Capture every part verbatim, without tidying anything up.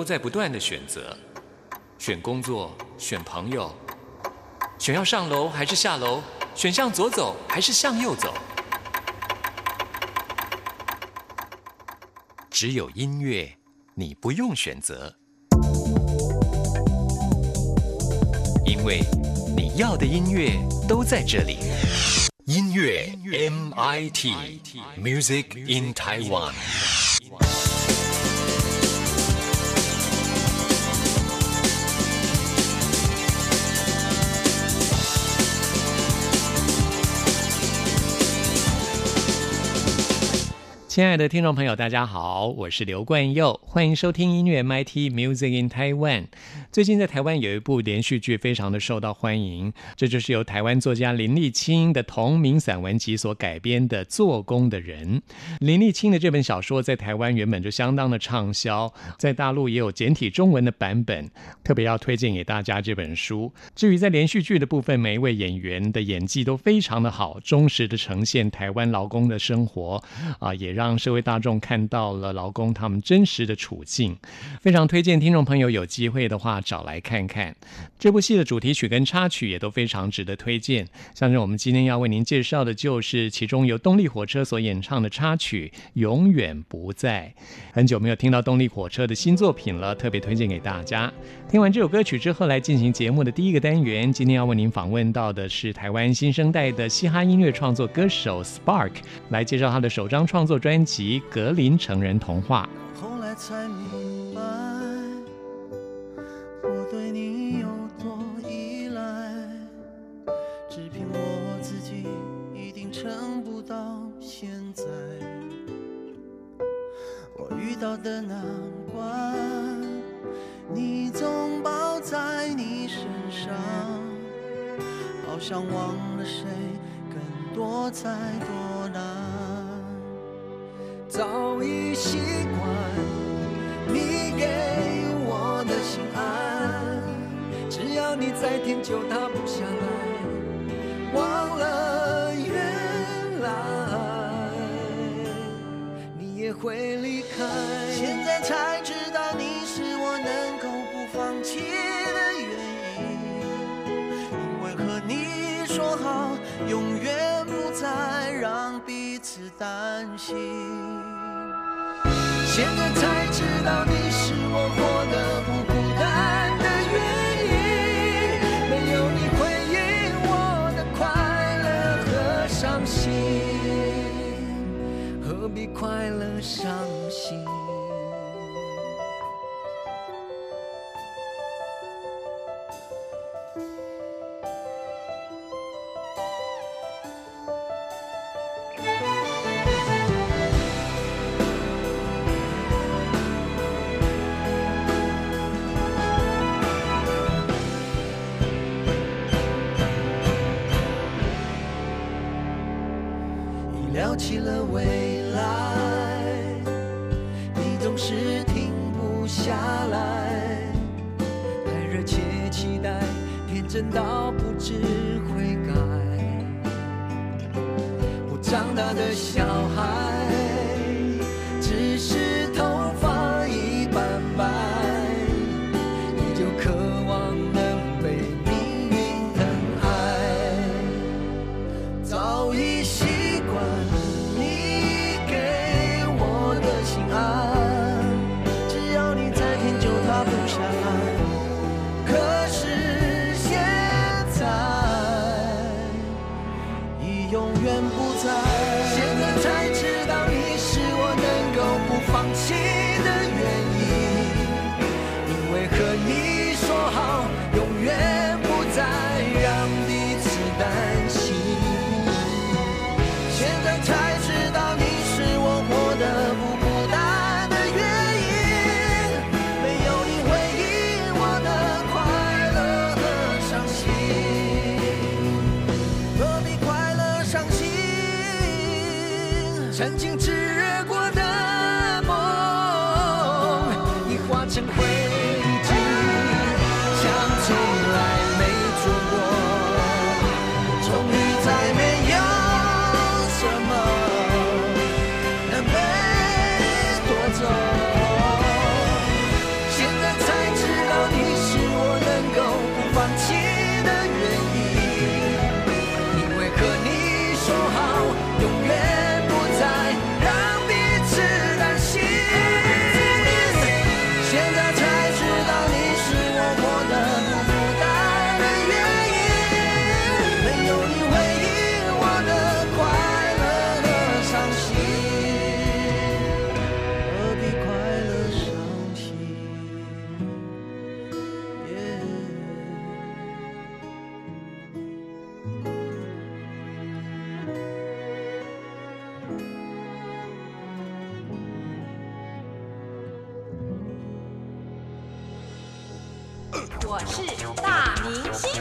在不断的选择，选工作，选朋友，选要上楼还是下楼，选向左走还是向右走。只有音乐，你不用选择，因为你要的音乐都在这里。音乐 M I T Music in Taiwan。亲爱的听众朋友大家好，我是刘冠佑，欢迎收听音乐 M I T Music in Taiwan。 最近在台湾有一部连续剧非常的受到欢迎，这就是由台湾作家林立青的同名散文集所改编的《做工的人》。林立青的这本小说在台湾原本就相当的畅销，在大陆也有简体中文的版本，特别要推荐给大家这本书。至于在连续剧的部分，每一位演员的演技都非常的好，忠实的呈现台湾劳工的生活，啊，也让社会大众看到了劳工他们真实的处境。非常推荐听众朋友有机会的话找来看看。这部戏的主题曲跟插曲也都非常值得推荐，像是我们今天要为您介绍的就是其中由动力火车所演唱的插曲《永远不在》。很久没有听到动力火车的新作品了，特别推荐给大家。听完这首歌曲之后，来进行节目的第一个单元。今天要为您访问到的是台湾新生代的嘻哈音乐创作歌手 Spark， 来介绍他的首张创作专辑《格林成人童话》。 后来才明白，我对你有多依赖，只凭我自己一定撑不到现在。我遇到的难关，你总抱在你身上，好像忘了谁更多才多难。早已习惯你给我的心安，只要你再舔就它不下来，忘了原来你也会离开。现在才知道你是我能够不放弃的原因，因为和你说好永远不再让彼此担心。现在才知道你是我活得不孤单的原因，没有你回应我的快乐和伤心，何必快乐伤心。聊起了未来，你总是停不下来，太热切期待，天真到不知悔改。我长大的小孩，只是头发已斑白，依旧渴望能被命运疼爱。早已习惯你给我的心安，只要你再舔就它不下来。可是现在已永远不在，现在才知道你是我能够不放弃的原因，因为和你说好永远不再让彼此担心。现在才知道你是我活得不孤单的原因，没有你回应我的快乐和伤心，何必快乐伤心。曾经炽热过的梦，已化成灰烬，像从来没做过，终于再没有什么能被夺走。现在我是大明星。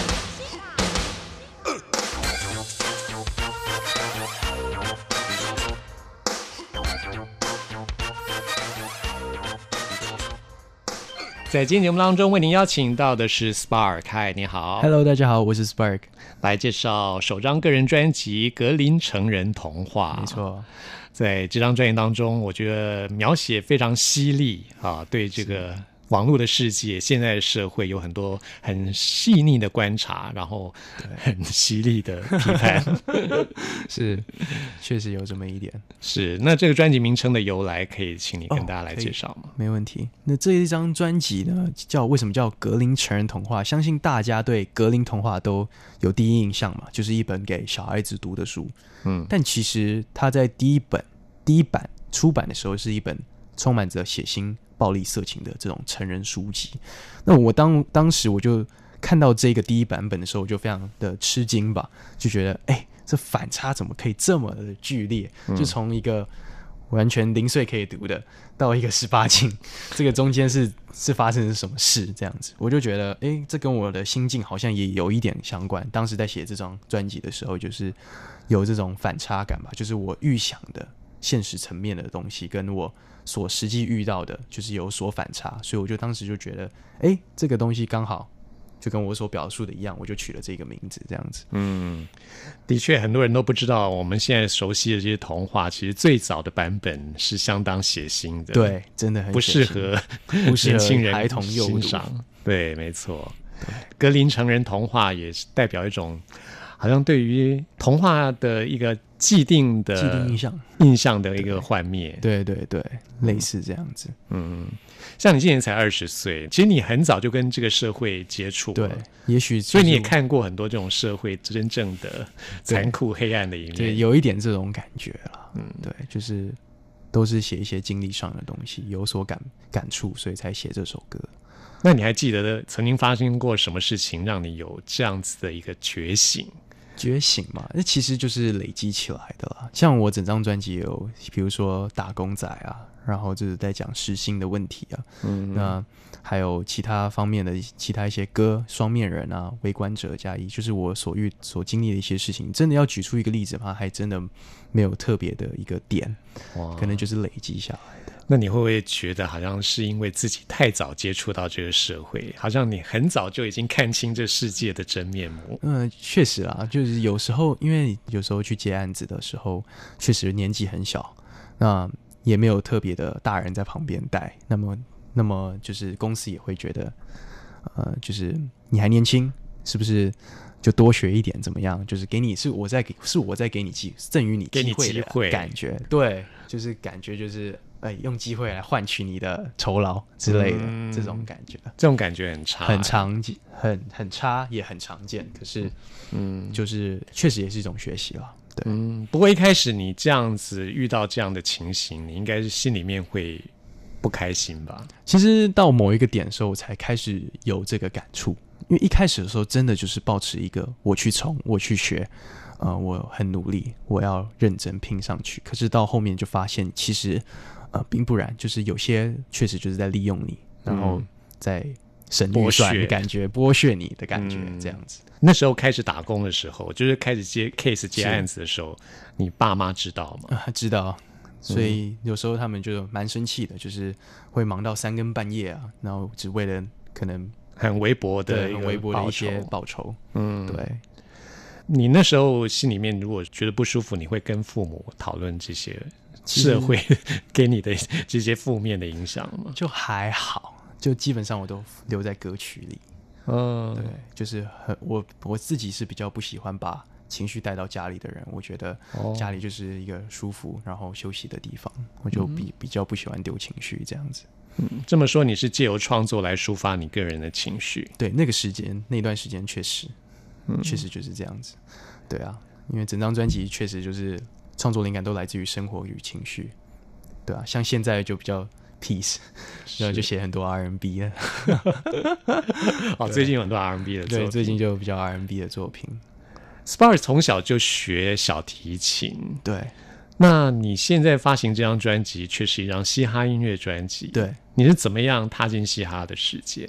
在今天节目当中为您邀请到的是 Spark， 嗨，你好。 Hello， 大家好，我是 Spark， 来介绍首张个人专辑《格林成人童话》。 没错， 在这张专辑当中，我觉得描写非常犀利啊，对这个网络的世界、现在的社会有很多很细腻的观察，然后很犀利的批判。 是，确实有这么一点。 是，那这个专辑名称的由来，可以请你跟哦大家来介绍吗？ 没问题。那这一张专辑呢，叫为什么叫格林成人童话？相信大家对格林童话都有第一印象嘛，就是一本给小孩子读的书。嗯，但其实它在第一本第一版出版的时候，是一本充满着血腥、暴力、色情的这种成人书籍。那我当当时我就看到这个第一版本的时候，我就非常的吃惊吧，就觉得哎、欸，这反差怎么可以这么的剧烈？嗯、就从一个完全零岁可以读的，到一个十八禁，这个中间是是发生了什么事？这样子，我就觉得哎、欸，这跟我的心境好像也有一点相关。当时在写这张专辑的时候，就是有这种反差感吧，就是我预想的现实层面的东西，跟我所实际遇到的就是有所反差，所以我就当时就觉得哎、欸，这个东西刚好就跟我所表述的一样，我就取了这个名字这样子。 嗯，的确很多人都不知道，我们现在熟悉的这些童话其实最早的版本是相当血腥的。 对，真的很不适合不适合年轻人孩童幼读欣赏。对，没错。格林成人童话也是代表一种好像对于童话的一个既定的既定印象印象的一个幻灭。 对对对，类似这样子。 嗯，像你今年才二十岁，其实你很早就跟这个社会接触了。 对，也许所以你也看过很多这种社会真正的残酷黑暗的一面。 对，有一点这种感觉啦。嗯，对，就是都是写一些经历上的东西，有所感感触，所以才写这首歌。 那你还记得曾经发生过什么事情让你有这样子的一个觉醒？ 觉醒嘛，那其实就是累积起来的啦。像我整张专辑有，比如说打工仔啊，然后就是在讲时薪的问题啊，嗯，那还有其他方面的其他一些歌，双面人啊，围观者加一，就是我所遇所经历的一些事情。真的要举出一个例子的话，还真的没有特别的一个点，可能就是累积下来的。 那你会不会觉得好像是因为自己太早接触到这个社会，好像你很早就已经看清这世界的真面目？ 嗯，确实啦，就是有时候因为有时候去接案子的时候，确实年纪很小，那也没有特别的大人在旁边带，那么那么就是公司也会觉得，呃，就是你还年轻，是不是就多学一点怎么样？就是给你是我在给是我在给你机赠予你机会的感觉，对，就是感觉就是哎用机会来换取你的酬劳之类的、嗯、这种感觉， 这种感觉很差， 很常见，很很差也很常见。可是，嗯，就是确实也是一种学习了。对， 嗯，不过一开始你这样子遇到这样的情形，你应该是心里面会不开心吧？ 其实到某一个点的时候，我才开始有这个感触。因为一开始的时候，真的就是抱持一个我去冲，我去学，呃，我很努力，我要认真拼上去。可是到后面就发现，其实呃并不然，就是有些确实就是在利用你，然后在省预算的感觉，剥削你的感觉，嗯、这样子。 那时候开始打工的时候，就是开始接 case 接案子的时候，你爸妈知道吗？ 呃、知道。所以有时候他们就蛮生气的，就是会忙到三更半夜啊，然后只为了可能很微薄的一个很微薄的一些报酬。嗯，对。 你那时候心里面如果觉得不舒服，你会跟父母讨论这些社会给你的这些负面的影响吗？ 就还好，就基本上我都留在歌曲里。嗯，对，就是很我我自己是比较不喜欢把情绪带到家里的人，我觉得家里就是一个舒服然后休息的地方，我就比、嗯、比较不喜欢丢情绪这样子。 嗯，这么说你是借由创作来抒发你个人的情绪？ 对，那个时间那段时间确实，嗯，确实就是这样子。对啊，因为整张专辑确实就是创作灵感都来自于生活与情绪。对啊，像现在就比较 peace， 然后就写很多 R and B 了。 哦，最近有很多 R and B 的作品。 对，最近就比较 R and B 的作品。 Spark 从小就学小提琴， 对。 那你现在发行这张专辑却是一张嘻哈音乐专辑， 对， 你是怎么样踏进嘻哈的世界？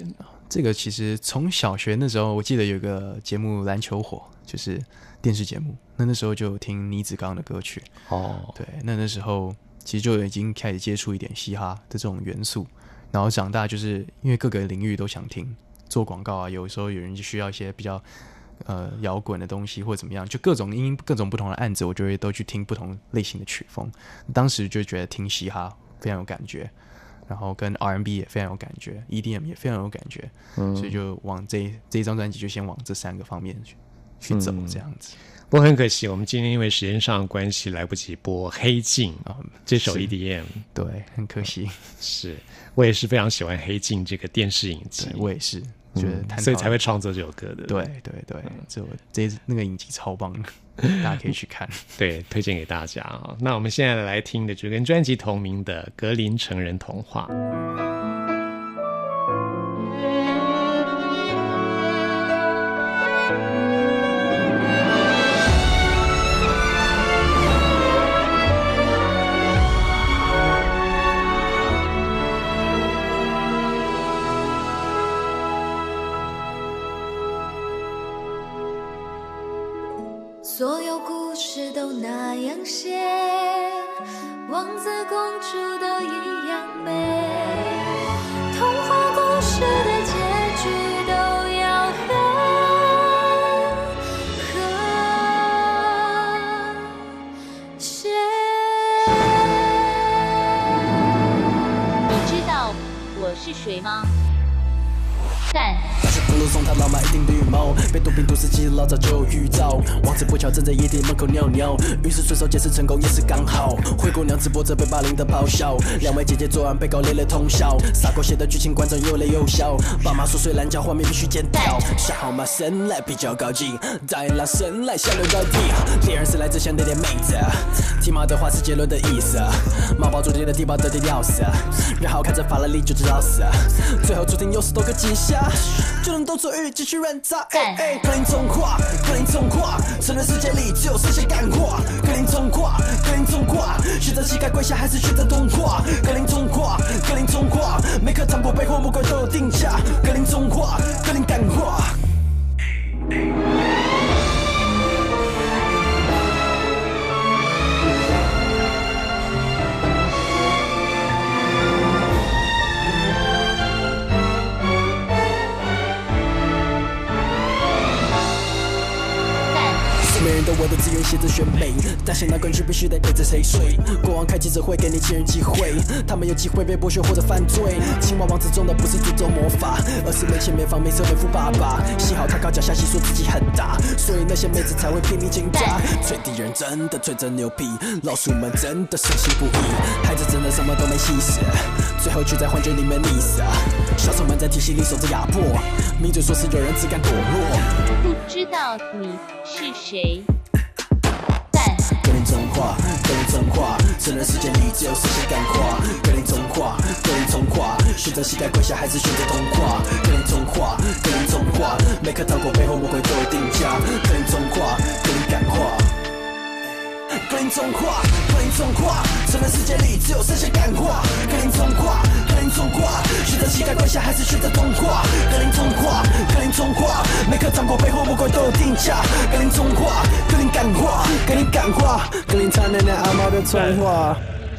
这个其实从小学那时候，我记得有个节目《篮球火》，就是电视节目，那那时候就有听倪子刚的歌曲。 哦， 对，那那时候其实就已经开始接触一点嘻哈的这种元素，然后长大就是因为各个领域都想听，做广告啊，有时候有人就需要一些比较呃摇滚的东西或者怎么样，就各种因各种不同的案子，我就会都去听不同类型的曲风。当时就觉得听嘻哈非常有感觉。然后跟 R and B 也非常有感觉 ，E D M 也非常有感觉，嗯、所以就往这这一张专辑就先往这三个方面去去走，这样子。 嗯、不过很可惜，我们今天因为时间上的关系，来不及播《黑镜》啊、嗯、这首 E D M， 对，很可惜。 是我也是非常喜欢《黑镜》这个电视影集， 我也是觉得探讨、 嗯，所以才会创作这首歌的。 对对对，这、嗯、这那个影集超棒的。大家可以去看， 对，推荐给大家啊。那我们现在来听的就跟专辑同名的《格林成人童话》。 所有故事都那样写，王子公主都一样美，童话故事的结局都要很和谐。 你知道我是谁吗？干。 大学公路送他老妈一顶绿帽，被毒品毒死，其实老早就预兆。王子不巧正在夜店门口尿尿，于是顺手解释成功也是刚好。灰姑娘直播着被霸凌的咆哮，两位姐姐作案被告连累通宵，撒狗血的剧情观众又累又笑。爸妈说睡懒觉画面必须剪掉，下好马神来比较高级，大眼狼神来下流到底。猎人是来自乡的点妹子，提马的话是杰伦的意思，猫包注定的地包得得吊死，然后看着法拉利就知道死，最后注定又是多个几下。就能斗出鱼继续软炸，哎哎，格林童话，格林童话，成人世界里只有剩下干话。格林童话，格林童话，选择膝盖跪下还是选择童话？格林童话，格林童话，每颗糖果背后魔鬼都有定价。格林童话，格林干话。每人都我的资源写着选美，但现在根据必须得陪着谁睡。国王开记者会给年轻人机会，他们有机会被剥削或者犯罪。青蛙王子中的不是诅咒魔法，而是没钱没房没车没富爸爸。幸好他靠脚下戏说自己很大，所以那些妹子才会拼命竞价。吹敌人真的吹着牛皮，老鼠们真的深信不疑，孩子真的什么都没细死，最后却在幻觉里面溺死。小丑们在体系里守着压迫，名嘴说是有人只敢躲落。 不知道你是谁？ 格林童话，格林童话，成人世界里只有剩下干话。格林童话，格林童话，选择膝盖跪下还是选择童话？格林童话，格林童话，每颗糖果背后魔鬼都有定价。格林童话，格林感化。格林童话，格林童话，成人世界里只有剩下干话。格林童话，格林童话，选择膝盖跪下还是选择童话？格林童话，格林童话，每颗糖果背后魔鬼都有定价。格林童话，格林感化，格林感化，格林他奶奶阿妈的童话。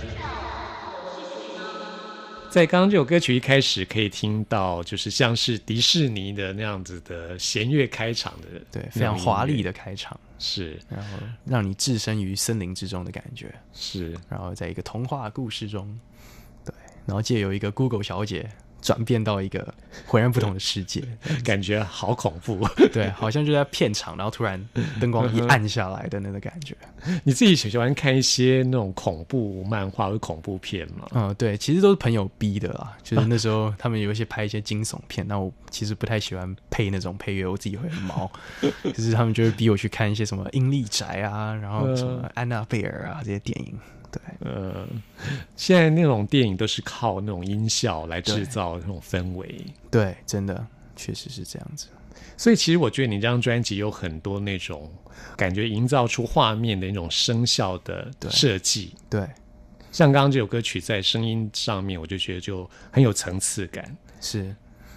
在刚刚这首歌曲一开始可以听到，就是像是迪士尼的那样子的弦乐开场的， 对，非常华丽的开场， 是， 然后让你置身于森林之中的感觉， 是， 然后在一个童话故事中，对，然后借由一个 Google 小姐转变到一个浑然不同的世界， 感觉好恐怖。 对，好像就在片场，然后突然灯光一暗下来的那个感觉。 你自己喜欢看一些那种恐怖漫画或恐怖片吗？ 嗯，对，其实都是朋友逼的啦。就是那时候他们有一些拍一些惊悚片，那我其实不太喜欢配那种配乐，我自己会很毛。就是他们就会逼我去看一些什么《阴历宅》啊，然后什么《安娜贝尔》啊这些电影。对， 呃，现在那种电影都是靠那种音效来制造那种氛围。 对，真的确实是这样子。 所以其实我觉得你这张专辑有很多那种感觉营造出画面的那种声效的设计。 对， 像刚刚这首歌曲在声音上面，我就觉得就很有层次感。 是，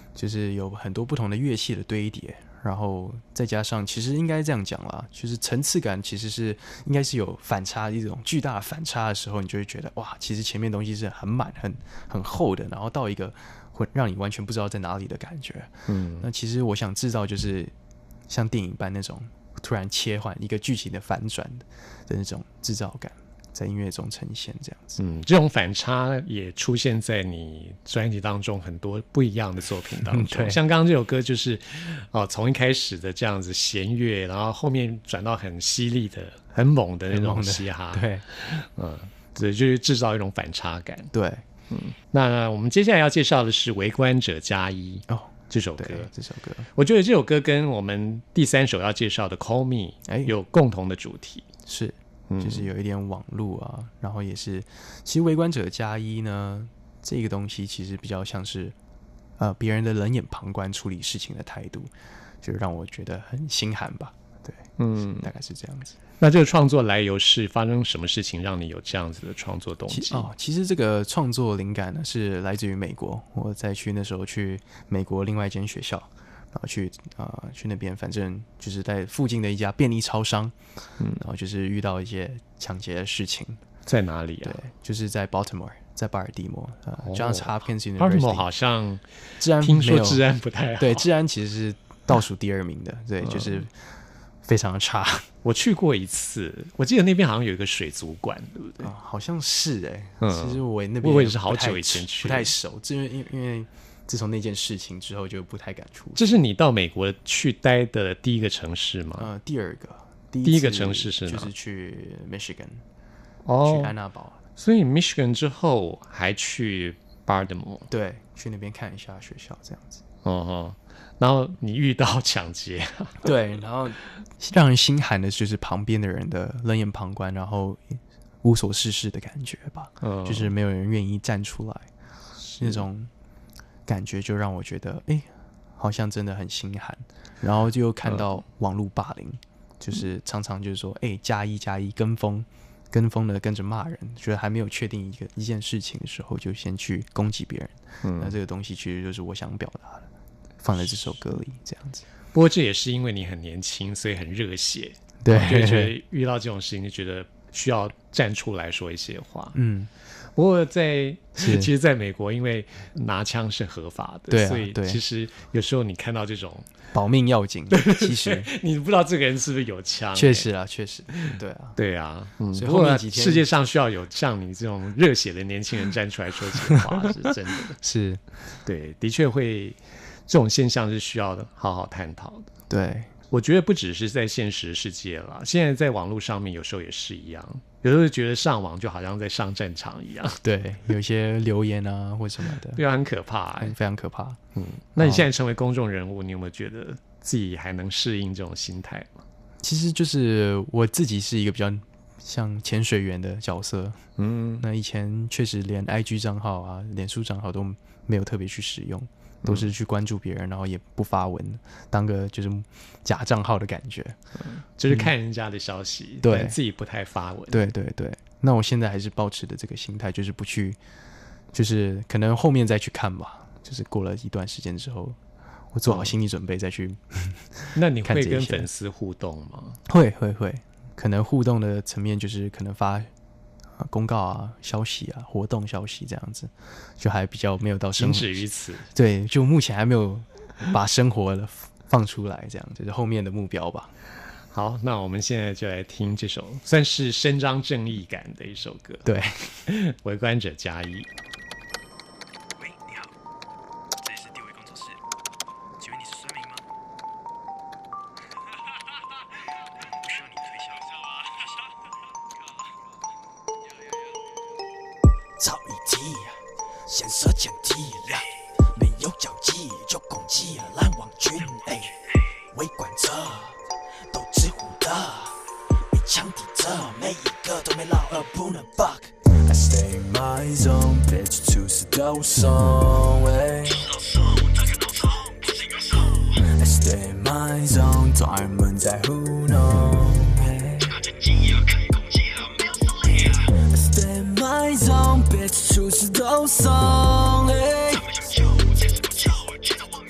就是有很多不同的乐器的堆叠，然后再加上其实应该这样讲啦，就是层次感其实是应该是有反差，一种巨大的反差的时候，你就会觉得哇，其实前面东西是很满很很厚的，然后到一个会让你完全不知道在哪里的感觉。嗯，那其实我想制造就是像电影般那种突然切换一个剧情的反转的那种制造感，在音乐中呈现这样子。 嗯，这种反差也出现在你专辑当中很多不一样的作品当中。 嗯、 像刚刚这首歌就是哦，从一开始的这样子弦乐，然后后面转到很犀利的、很猛的那种嘻哈。 对， 嗯，对，就是制造一种反差感。 对， 嗯，那我们接下来要介绍的是《围观者加一》哦。这首歌， 这首歌， 我觉得这首歌跟我们第三首要介绍的《Call Me》有共同的主题， 是，就是有一点网路啊，然后也是，其实《围观者加一》呢，这个东西其实比较像是，呃，别人的冷眼旁观处理事情的态度，就让我觉得很心寒吧。对，嗯，大概是这样子。 那这个创作来由是发生什么事情让你有这样子的创作动机？ 其哦，其实这个创作灵感呢是来自于美国。我在去那时候去美国另外一间学校，然后去啊、呃、去那边，反正就是在附近的一家便利超商，嗯，然后就是遇到一些抢劫的事情。 在哪里啊？ 对，就是在 Baltimore， 在巴尔的摩啊、呃 ，Johns Hopkins University。 Baltimore 好像治安听说治安不太好， 对，治安其实是倒数第二名的，对，就是非常的差。 我去过一次，我记得那边好像有一个水族馆，对不对？ 哦、好像是哎、欸嗯， 其实我那边我也是好久以前去， 不太熟，因为因为自从那件事情之后就不太敢出。 这是你到美国去待的第一个城市吗？ 呃，第二个，第一第一个城市是哪？ 就是去 Michigan， 哦， 去安娜堡。 所以 Michigan 之后还去 Baltimore， 对，去那边看一下学校这样子。 哦哦。然后你遇到抢劫， 对，然后让人心寒的就是旁边的人的冷眼旁观，然后无所事事的感觉吧，嗯，就是没有人愿意站出来，那种感觉就让我觉得，哎，好像真的很心寒。然后就看到网络霸凌，嗯、就是常常就是说，哎，加一加一跟风，跟风的跟着骂人，觉得还没有确定一个一件事情的时候，就先去攻击别人。嗯，那这个东西其实就是我想表达的。放在这首歌里这样子， 不过这也是因为你很年轻，所以很热血， 对， 就觉得遇到这种事情就觉得需要站出来说一些话。 嗯， 不过在其实在美国，因为拿枪是合法的， 对啊， 所以其实有时候你看到这种保命要紧，其实你不知道这个人是不是有枪、欸， 确实啊，确实，对啊， 对啊，嗯， 所以后面几天世界上需要有像你这种热血的年轻人站出来说这些话，是真的， 是， 对，的确会。这种现象是需要的好好探讨的。 对， 我觉得不只是在现实世界啦，现在在网络上面有时候也是一样，有时候觉得上网就好像在上战场一样。 对，有一些留言啊或什么的， 对啊，很可怕、欸， 非常可怕。 嗯，那你现在成为公众人物，你有没有觉得自己还能适应这种心态吗？ 其实就是我自己是一个比较像潜水员的角色。嗯，那以前确实连 I G 账号啊、脸书账号都没有特别去使用。都是去关注别人，然后也不发文，当个就是假账号的感觉， 嗯、就是看人家的消息， 嗯、对自己不太发文。 对对对，那我现在还是保持的这个心态，就是不去，就是可能后面再去看吧，就是过了一段时间之后，我做好心理准备再去。嗯、 那你会跟粉丝互动吗？ 会会会，可能互动的层面就是可能发。公告啊、消息啊、活动消息这样子，就还比较没有到生活， 仅止于此。 对，就目前还没有把生活放出来，这样就是后面的目标吧。 好，那我们现在就来听这首算是伸张正义感的一首歌。 对， 围观者加一。 喂，你好，这里是地维工作室，请问你是酸民吗？不需要你推销。 造一题，先设前提，没有交集就攻击烂网军，哎，围观者都知乎的，被枪抵着，每一个都没老二不能 bug。I stay in my zone， bitch 出事都怂，哎。I stay in my zone， 抓人们在糊弄，哎。My zone, bitch 出事都怂，哎。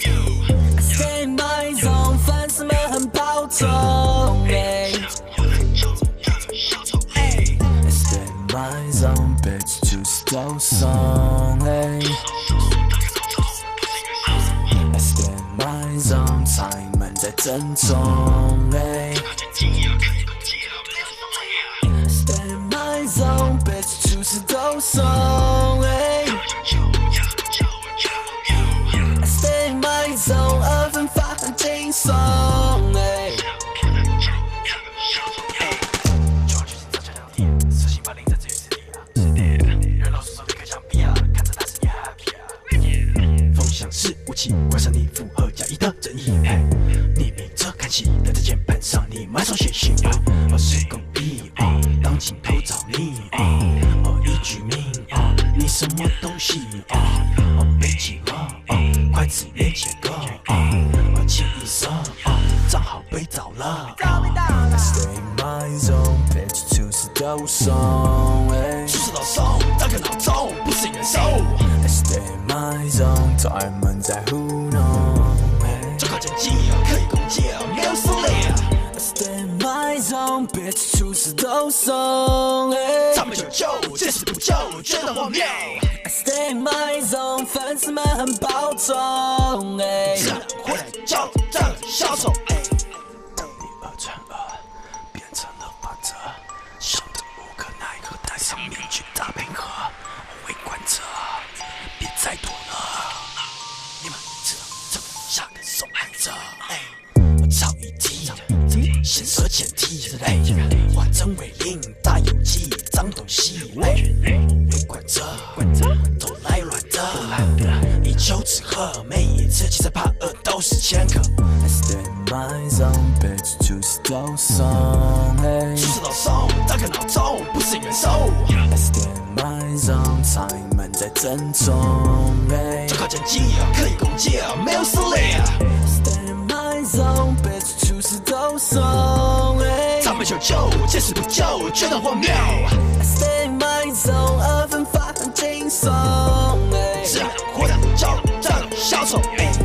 都送。I stand my zone， 才们在正中。I stand my zone，bitch 出事都送。I stand my zone， 二分法很轻松。是武器，关上你符合假意的正义。你明着看戏，但在键盘上你埋上血性。我是公益，当镜头找你。我一句命，你什么东西？我被挤了，筷子也切割。我清一色，账号被盗了。Stay my zone， bitch 出事都送，出事都送，当个闹钟，不是元首。Stay my zone， 他们在糊弄，这靠前进可以攻击，没有撕裂。Stay my zone， bitch 出事都送，他们就救，见死不救，觉得荒谬。Stay my zone， 粉丝们很保重，是活在交战小丑。一二传二，变成了法则，想得无可奈何，戴上面具打平和，围观者。别再躲了，你们知道怎么下个受害者？我操一踢，先设前提，化整为零，大有机，脏东西，围观者都来乱的，一丘之貉，每一次其实怕恶都是前科。I stand my zone， bitch 出事都送，出事都送，当个闹钟，不是元首。I stand my zone， 才们在正中，这靠前进可以攻击，没有撕裂。Stand my zone， bitch 出事都送，他们就救，见死不救，觉得荒谬。Stand my zone， 二分法很轻松，是活在交战小丑。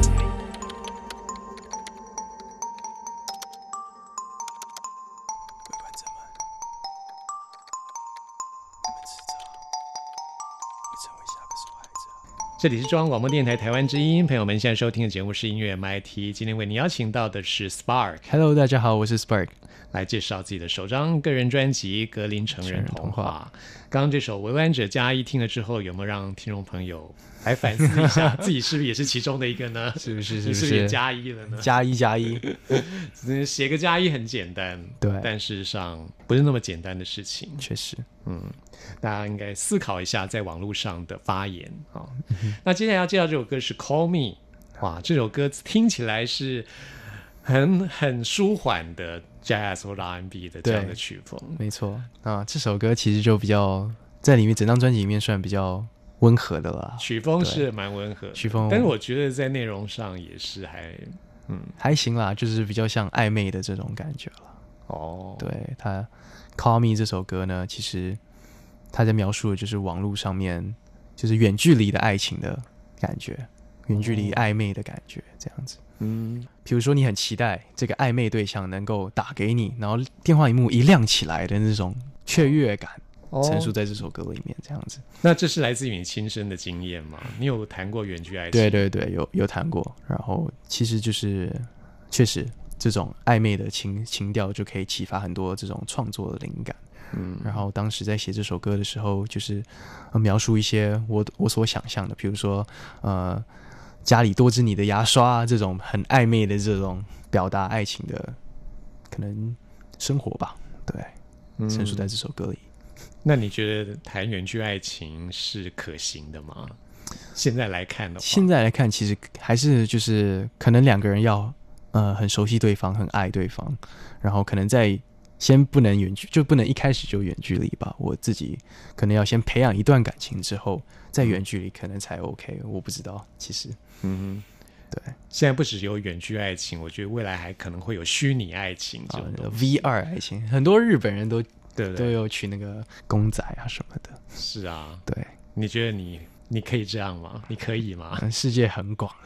这里是中央广播电台台湾之音，朋友们现在收听的节目是音乐 M I T， 今天为你邀请到的是 Spark。Hello， 大家好，我是 Spark， 来介绍自己的首张个人专辑《格林成人童话》。刚刚这首《围观者加一》听了之后，有没有让听众朋友来反思一下，自己是不是也是其中的一个呢？ 是不是？是不是？ 你是不是也加一了呢？ 加一加一， 写个加一很简单， 对， 但事实上不是那么简单的事情。 确实， 嗯。大家应该思考一下在网络上的发言、哦嗯、那接下来要介绍这首歌是 Call Me， 哇，这首歌听起来是很很舒缓的 Jazz 或 R and B 的这样的曲风。 没错啊，这首歌其实就比较在里面整张专辑里面算比较温和的啦， 曲风是蛮温和的， 曲风， 但是我觉得在内容上也是还嗯还行啦，就是比较像暧昧的这种感觉了。 哦， 对，他 Call Me 这首歌呢，其实他在描述的就是网络上面就是远距离的爱情的感觉，远距离暧昧的感觉，这样子。 嗯， 比如说你很期待这个暧昧对象能够打给你，然后电话萤幕一亮起来的那种雀跃感，陈述在这首歌里面，这样子。 那这是来自于你亲身的经验吗？你有谈过远距爱情？ 对对对，有有谈过。然后其实就是确实这种暧昧的情情调就可以启发很多这种创作的灵感。嗯，然后当时在写这首歌的时候，就是、呃、描述一些我我所想象的，比如说呃家里多支你的牙刷、啊、这种很暧昧的这种表达爱情的可能生活吧，对，陈述在这首歌里。 那你觉得谈远距爱情是可行的吗？现在来看的话， 现在来看其实还是就是可能两个人要呃很熟悉对方，很爱对方，然后可能在先不能远距，就不能一开始就远距离吧。我自己可能要先培养一段感情之后，再远距离可能才 OK。我不知道，其实， 嗯， 对。 现在不只有远距爱情，我觉得未来还可能会有虚拟爱情这种、 啊、V R 爱情，很多日本人都对对都有取那个公仔啊什么的。 是啊， 对。 你觉得你你可以这样吗？你可以吗？ 世界很广，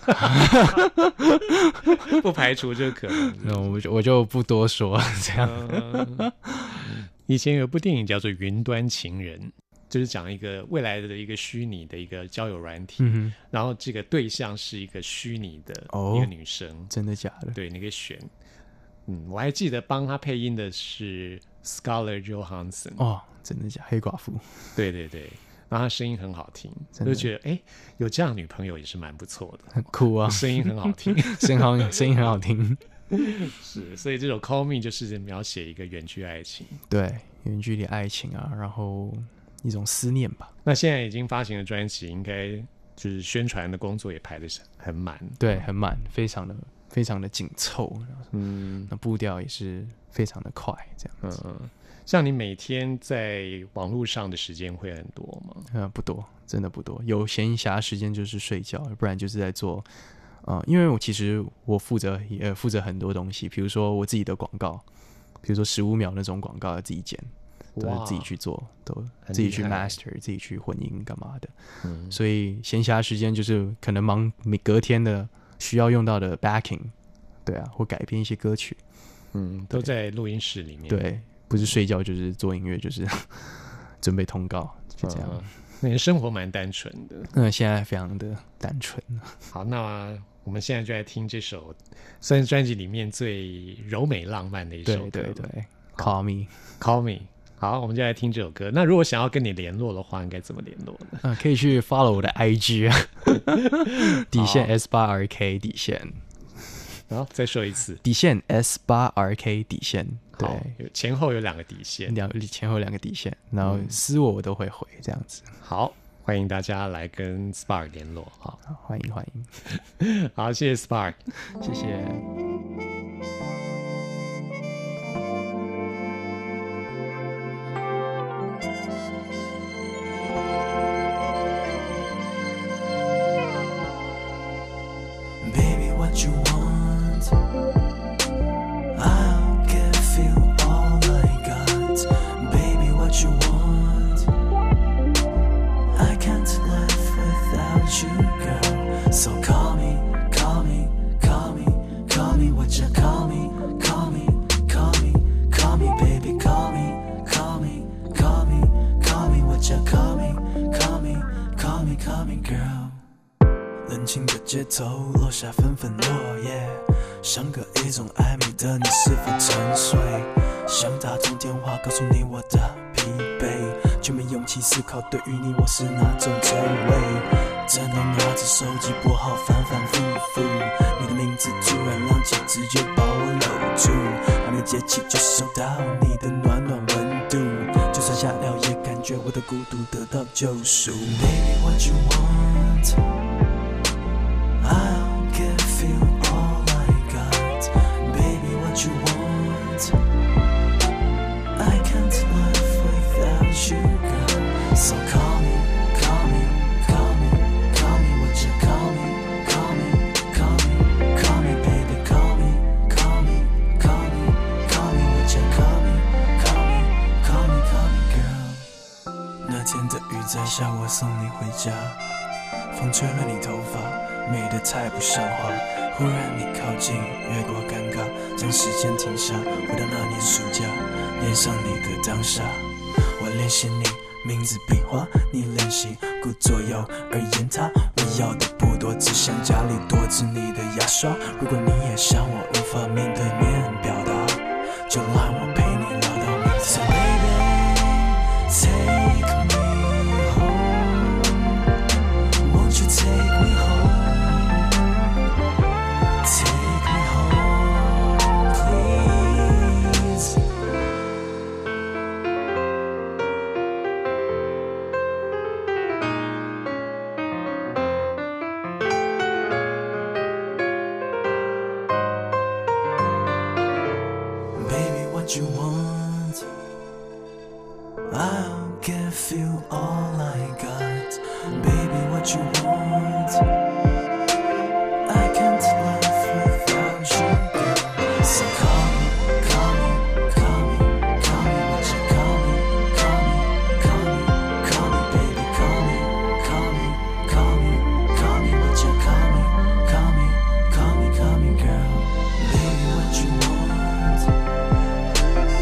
不排除这可能。 那我就我就不多说这样。 嗯、以前有部电影叫做《云端情人》， 就是讲一个未来的一个虚拟的一个交友软体， 嗯然后这个对象是一个虚拟的哦一个女生， 哼，真的假的？ 对，那个选，嗯，我还记得帮她配音的是 Scarlett Johansson， 哦，真的假的？黑寡妇， 对对对，然后她声音很好听， 真的就觉得哎，有这样女朋友也是蛮不错的， 很酷啊， 声音很好听， 声音好，声音很好听。 是，所以这首 Call Me 就是描写一个远距爱情， 对，远距离爱情啊，然后一种思念吧。 那现在已经发行的专辑，应该就是宣传的工作也排的很满， 对，很满，非常的非常的紧凑， 嗯， 那步调也是非常的快，这样子。 嗯，像你每天在网络上的时间会很多吗？ 呃，不多，真的不多。有闲暇时间就是睡觉，不然就是在做，呃，因为我其实我负责也负责很多东西，比如说我自己的广告，比如说十五秒那种广告要自己剪，都是自己去做，都自己去 master， 自己去混音干嘛的。嗯，所以闲暇时间就是可能忙每隔天的需要用到的 backing， 对啊，或改编一些歌曲， 嗯，都在录音室里面。 对，不是睡觉就是做音乐，就是准备通告，就这样。 嗯，那你的生活蛮单纯的。 嗯，现在非常的单纯。 好，那我们现在就来听这首算是专辑里面最柔美浪漫的一首歌。 对对对 ，Call Me， Call Me。好，我们就来听这首歌。那如果想要跟你联络的话，应该怎么联络呢？ 嗯，可以去 follow 我的 I G 啊，底线 S 八 R K 底线。 好，再说一次， 底线 S 八 R K 底线。对， 有前后有两个底线， 两前后两个底线，然后私我我都会回这样子。 好，欢迎大家来跟 Spark 联络。好， 好，欢迎欢迎。 好，谢谢 Spark， 谢谢。 Baby, what you want? I'll give you all I got. Baby, what you want? I can't live without you, girl. So call me, call me, call me, call me. What you call me? Call me, call me, call me, baby. Call me, call me, call me, call me. What you call me? Call me, call me, call me, girl.冷清的街头，落下纷纷落叶，像个一种暧昧的你是否沉睡？想打通电话告诉你我的疲惫，却没勇气思考对于你我是哪种滋味。只能拿着手机拨号反反复复，你的名字突然亮起，直接把我搂住，还没接起就收到你的暖暖温度，就算下了也感觉我的孤独得到救赎。Baby, what you want?I'll give you all I got. Baby, what you want? I can't live without you, girl. So call me, call me, call me, call me. What you call me? Call me, call me, call me, baby. Call me, call me, call me, call me. What you call me? Call me, call me, call me, girl. 那天的雨在下，我送你回家，风吹乱你头发。美得太不像话，忽然你靠近，越过尴尬，将时间停下，回到那年暑假，恋上你的当下。我练习你名字笔画，你练习顾左右而言他。我要的不多，只想家里多支你的牙刷。如果你也像我无法面对面表达，就让我陪你聊到明天。So baby, take me home. Won't you take me home?Take me home, please. Baby, what you want? I'll give you all I got. Baby, what you want?I can't live without you, girl. So call me, call me, call me, call me. What you call me? Call me, call me, call me, baby. Call me, call me, call me, call me. What you call me? Call me, call me, call me, girl. Baby, what you want?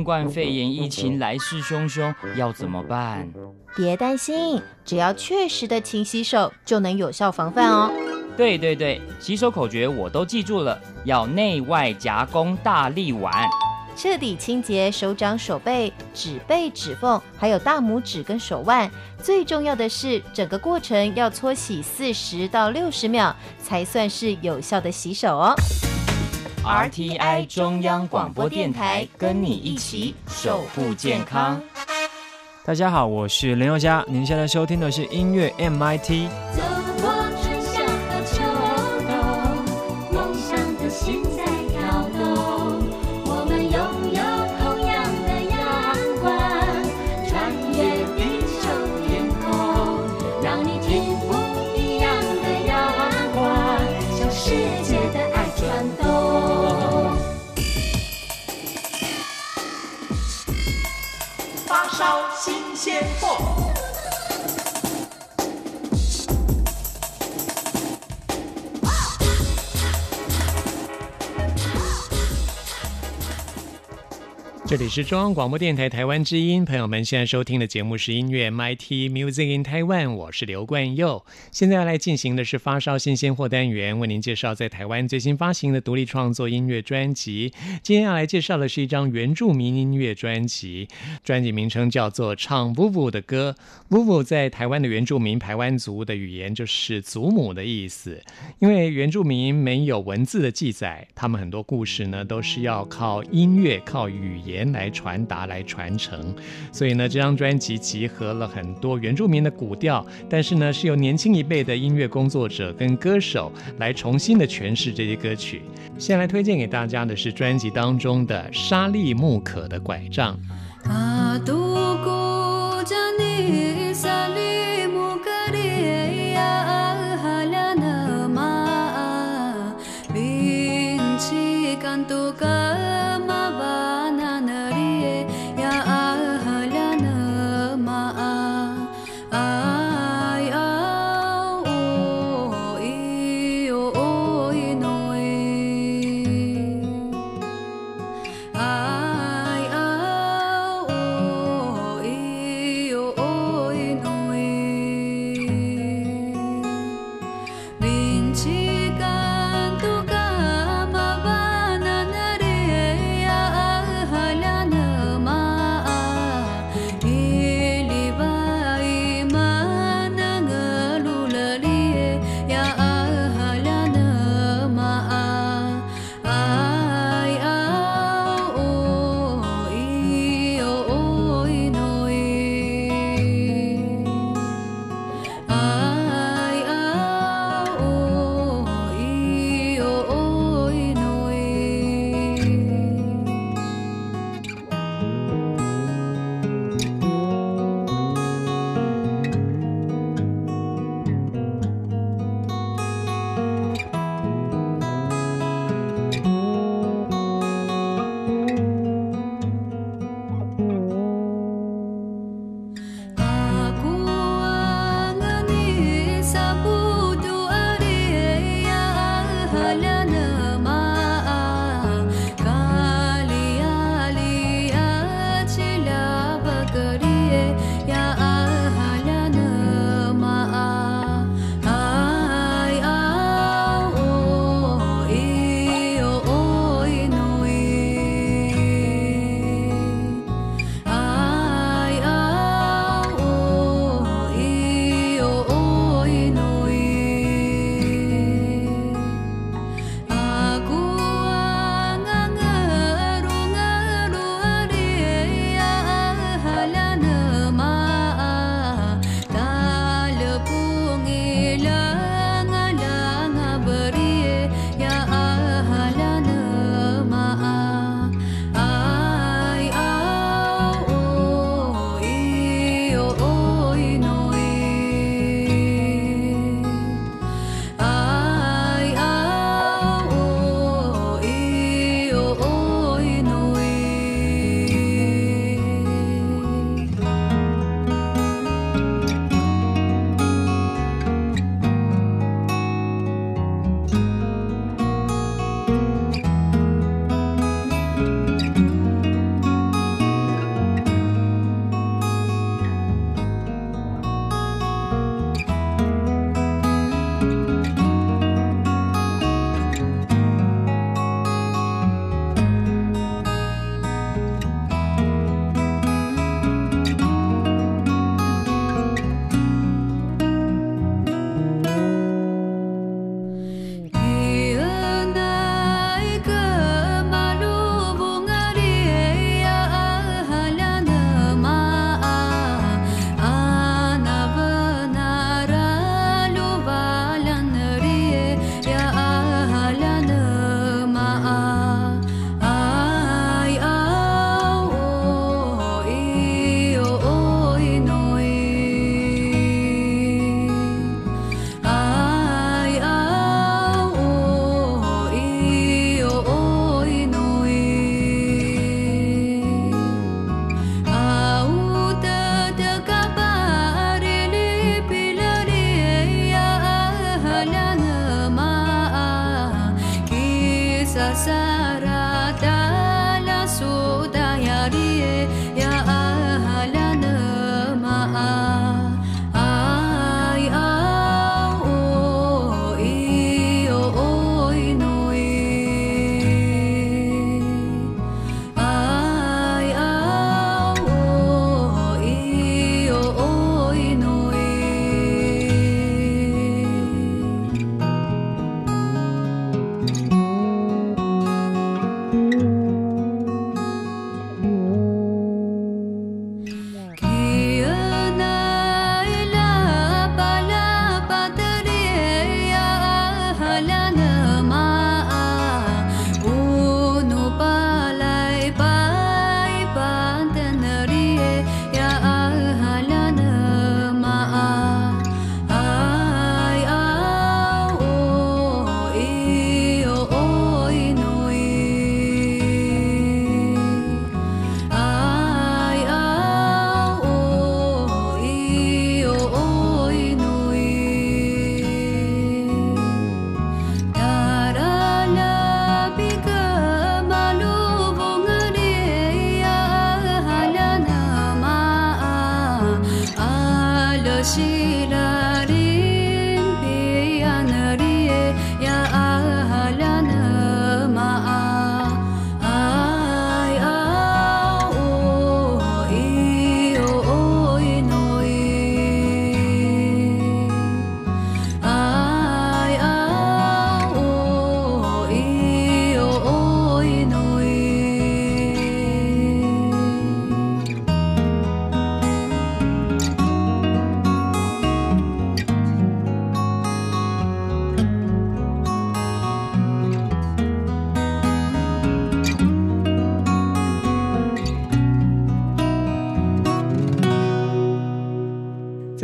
新冠肺炎疫情来势汹汹，要怎么办？ 别担心，只要确实的勤洗手，就能有效防范哦。 对对对，洗手口诀我都记住了，要内外夹攻大力碗。 彻底清洁手掌、手背、指背、指缝，还有大拇指跟手腕。最重要的是，整个过程要搓洗四十到六十秒，才算是有效的洗手哦。 R T I 中央广播电台，跟你一起守护健康。 大家好，我是林宥嘉，您现在收听的是音乐 M I T。 走过春夏和秋冬，梦想的心在跳动。我们拥有同样的阳光，穿越地球天空，让你听不一样的阳光，向世界的爱传动。 发烧新鲜货。 这里是中央广播电台台湾之音，朋友们现在收听的节目是音乐 M I T Music in Taiwan， 我是刘冠佑。现在要来进行的是发烧新鲜货单元，为您介绍在台湾最新发行的独立创作音乐专辑。今天要来介绍的是一张原住民音乐专辑，专辑名称叫做《唱 Vuvu 的歌》。Vuvu 在台湾的原住民排湾族的语言就是祖母的意思，因为原住民没有文字的记载，他们很多故事呢都是要靠音乐、靠语言来传达、来传承。所以呢，这张专辑集合了很多原住民的古调，但是呢，是由年轻一辈的音乐工作者跟歌手来重新的诠释这些歌曲。先来推荐给大家的是专辑当中的沙利木可的拐杖。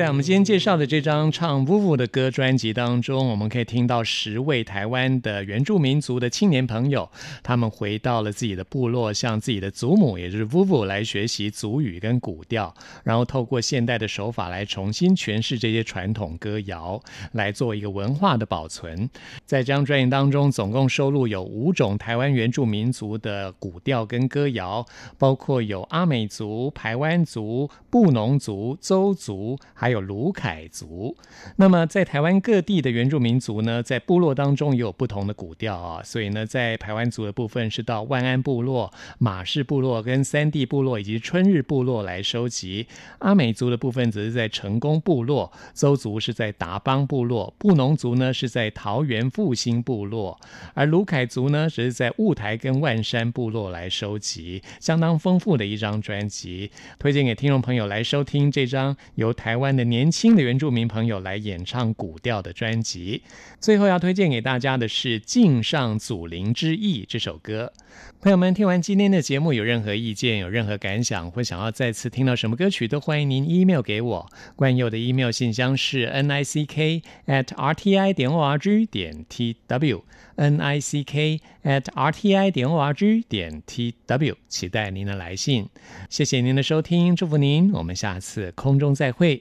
在我们今天介绍的这张唱 Vuvu 的歌专辑当中，我们可以听到十位台湾的原住民族的青年朋友，他们回到了自己的部落，向自己的祖母也就是 Vuvu 来学习族语跟古调，然后透过现代的手法来重新诠释这些传统歌谣，来做一个文化的保存。在这张专辑当中，总共收录有五种台湾原住民族的古调跟歌谣，包括有阿美族、排湾族、布农族、邹族，还有鲁凯族。那么在台湾各地的原住民族呢，在部落当中也有不同的古调啊，所以呢，在排湾族的部分是到万安部落、马氏部落跟三地部落以及春日部落来收集。阿美族的部分则是在成功部落，邹族是在达邦部落，布农族呢是在桃园复兴部落，而鲁凯族呢只是在雾台跟万山部落来收集，相当丰富的一张专辑，推荐给听众朋友来收听这张由台湾的年轻的原住民朋友来演唱古调的专辑。最后要推荐给大家的是《敬上祖灵之意》这首歌。朋友们，听完今天的节目有任何意见，有任何感想，或想要再次听到什么歌曲，都欢迎您 email 给我。冠佑的 email 信箱是 n i c k at r t i 点 o r g 点 t w n i c k at r t i 点 o r g 点 t w， 期待您的来信。谢谢您的收听，祝福您，我们下次空中再会。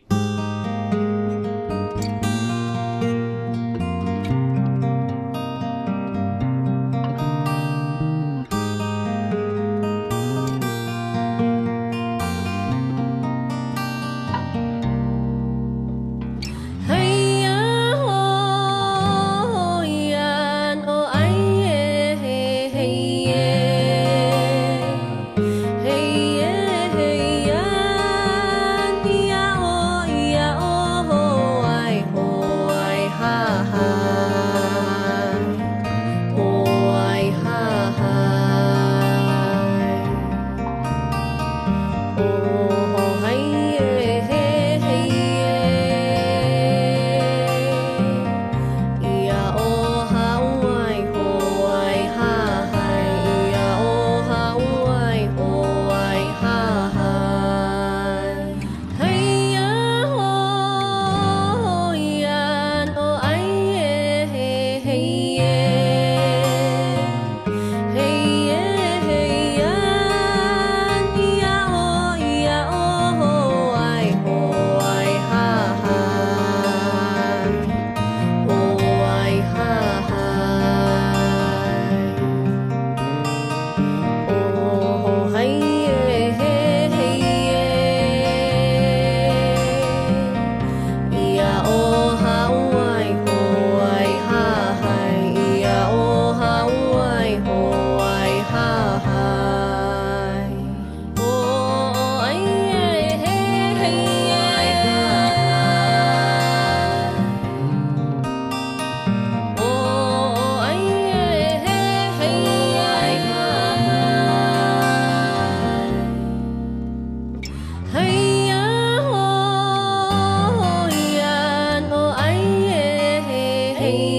嘿。